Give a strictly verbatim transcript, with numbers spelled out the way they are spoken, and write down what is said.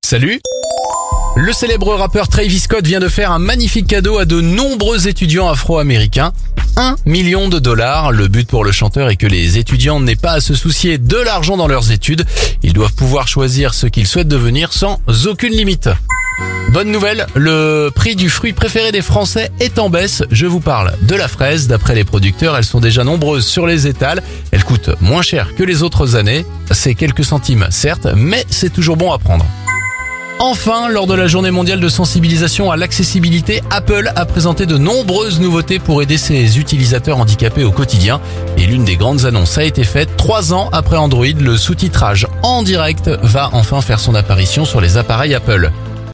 Salut! Le célèbre rappeur Travis Scott vient de faire un magnifique cadeau à de nombreux étudiants afro-américains. Un million de dollars. Le but pour le chanteur est que les étudiants n'aient pas à se soucier de l'argent dans leurs études. Ils doivent pouvoir choisir ce qu'ils souhaitent devenir sans aucune limite. Bonne nouvelle, le prix du fruit préféré des Français est en baisse. Je vous parle de la fraise. D'après les producteurs, elles sont déjà nombreuses sur les étals. Elles coûtent moins cher que les autres années. C'est quelques centimes, certes, mais c'est toujours bon à prendre. Enfin, lors de la journée mondiale de sensibilisation à l'accessibilité, Apple a présenté de nombreuses nouveautés pour aider ses utilisateurs handicapés au quotidien. Et l'une des grandes annonces a été faite. Trois ans après Android, le sous-titrage en direct va enfin faire son apparition sur les appareils Apple.